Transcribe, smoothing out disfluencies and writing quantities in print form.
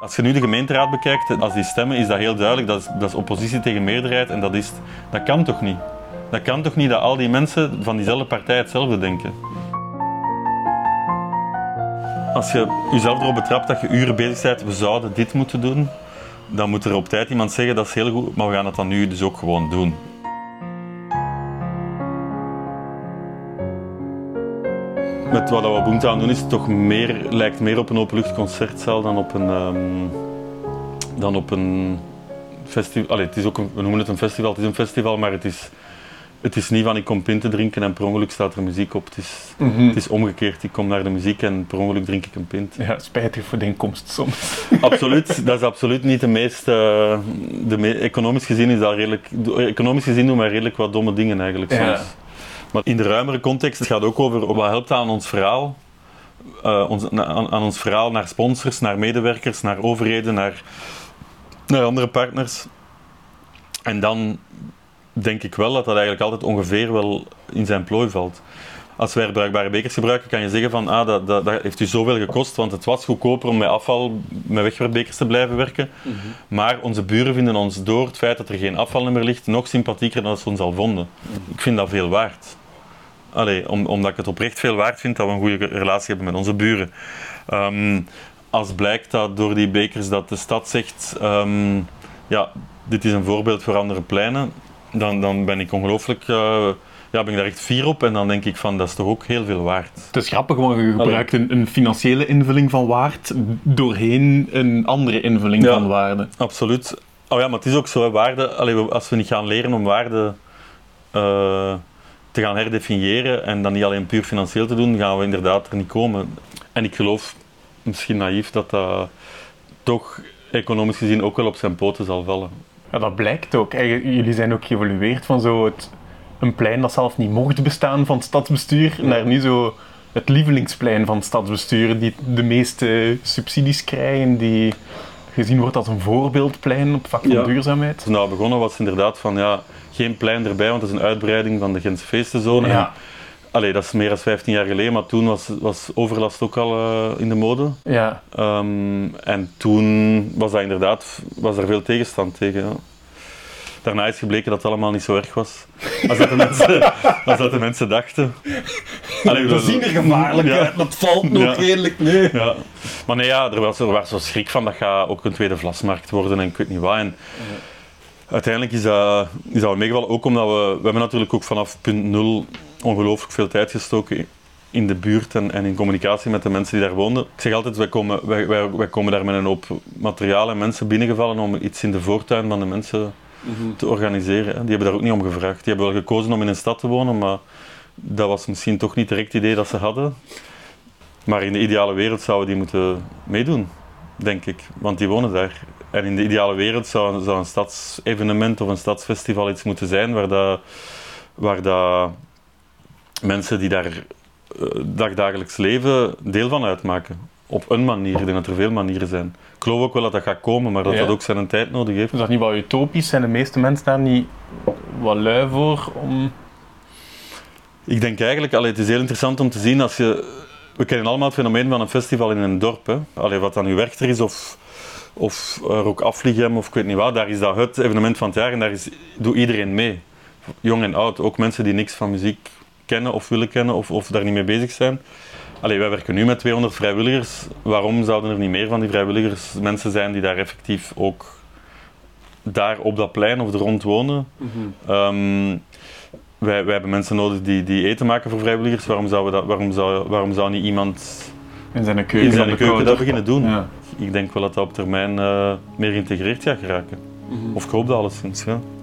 Als je nu de gemeenteraad bekijkt, als die stemmen, is dat heel duidelijk. Dat is oppositie tegen meerderheid en dat kan toch niet? Dat kan toch niet dat al die mensen van diezelfde partij hetzelfde denken? Als je jezelf erop betrapt dat je uren bezig bent, we zouden dit moeten doen, dan moet er op tijd iemand zeggen dat is heel goed, maar we gaan het dan nu dus ook gewoon doen. Met wat we Boomtown aan doen is het toch lijkt meer op een openluchtconcertzaal dan op een festival. Allee, het is ook we noemen het een festival, het is een festival, maar het is niet van ik kom pint te drinken en per ongeluk staat er muziek op. Het is omgekeerd, ik kom naar de muziek en per ongeluk drink ik een pint. Ja, spijtig voor de inkomst soms. Absoluut, dat is absoluut niet de meest... economisch gezien is dat redelijk... Economisch gezien doen wij redelijk wat domme dingen eigenlijk soms. Ja. Maar in de ruimere context het gaat ook over wat helpt aan ons verhaal. Aan ons verhaal naar sponsors, naar medewerkers, naar overheden, naar andere partners. En dan denk ik wel dat dat eigenlijk altijd ongeveer wel in zijn plooi valt. Als wij herbruikbare bekers gebruiken, kan je zeggen van dat heeft u zoveel gekost, want het was goedkoper om met wegwerpbekers te blijven werken. Mm-hmm. Maar onze buren vinden ons door het feit dat er geen afval meer ligt nog sympathieker dan ze ons al vonden. Mm-hmm. Ik vind dat veel waard. Allee, omdat ik het oprecht veel waard vind dat we een goede relatie hebben met onze buren. Als blijkt dat door die bekers dat de stad zegt, dit is een voorbeeld voor andere pleinen, dan ben ik ongelooflijk... ben ik daar echt fier op en dan denk ik van, dat is toch ook heel veel waard. Het is grappig, want je gebruikt een financiële invulling van waard doorheen een andere invulling van waarde. Absoluut. Oh ja, maar het is ook zo, waarde, als we niet gaan leren om waarde te gaan herdefiniëren en dan niet alleen puur financieel te doen, gaan we inderdaad er niet komen. En ik geloof, misschien naïef, dat dat toch economisch gezien ook wel op zijn poten zal vallen. Ja, dat blijkt ook. Jullie zijn ook geëvolueerd van een plein dat zelf niet mocht bestaan van het stadsbestuur, naar nu zo het lievelingsplein van het stadsbestuur, die de meeste subsidies krijgen, die gezien wordt als een voorbeeldplein op vlak van duurzaamheid. Toen dat begonnen was inderdaad van geen plein erbij, want dat is een uitbreiding van de Gentse feestenzone. Ja. Dat is meer dan 15 jaar geleden, maar toen was overlast ook al in de mode. Ja. En toen was er veel tegenstand tegen. Ja. Daarna is gebleken dat het allemaal niet zo erg was. Als dat de mensen dachten. Dat ziet er gevaarlijk uit, dat valt nog redelijk mee. Ja. Maar nee, er was zo schrik van dat gaat ook een tweede Vlasmarkt worden en ik weet niet wat. En uiteindelijk is dat meegevallen, ook omdat we hebben natuurlijk ook vanaf punt 0 ongelooflijk veel tijd gestoken in de buurt en in communicatie met de mensen die daar woonden. Ik zeg altijd, wij komen daar met een hoop materiaal en mensen binnengevallen om iets in de voortuin van de mensen te organiseren. Die hebben daar ook niet om gevraagd. Die hebben wel gekozen om in een stad te wonen, maar dat was misschien toch niet direct het idee dat ze hadden. Maar in de ideale wereld zouden die moeten meedoen, denk ik. Want die wonen daar. En in de ideale wereld zou een stadsevenement of een stadsfestival iets moeten zijn waar dat mensen die daar dagdagelijks leven deel van uitmaken. Op een manier. Ik denk dat er veel manieren zijn. Ik geloof ook wel dat dat gaat komen, maar dat ook zijn tijd nodig heeft. Is dat niet wat utopisch? Zijn de meeste mensen daar niet wat lui voor om... Ik denk eigenlijk, het is heel interessant om te zien we kennen allemaal het fenomeen van een festival in een dorp. Hè. Wat dan nu Werchter is of ook Afligem of ik weet niet wat, daar is dat het evenement van het jaar en daar doet iedereen mee. Jong en oud, ook mensen die niks van muziek kennen of willen kennen of daar niet mee bezig zijn. Wij werken nu met 200 vrijwilligers. Waarom zouden er niet meer van die vrijwilligers mensen zijn die daar effectief ook daar op dat plein of er rond wonen? Mm-hmm. Wij hebben mensen nodig die eten maken voor vrijwilligers. Waarom zou niet iemand in zijn keuken dat beginnen doen? Ja. Ik denk wel dat dat op termijn meer geïntegreerd gaat geraken. Mm-hmm. Of ik hoop dat alleszins, ja.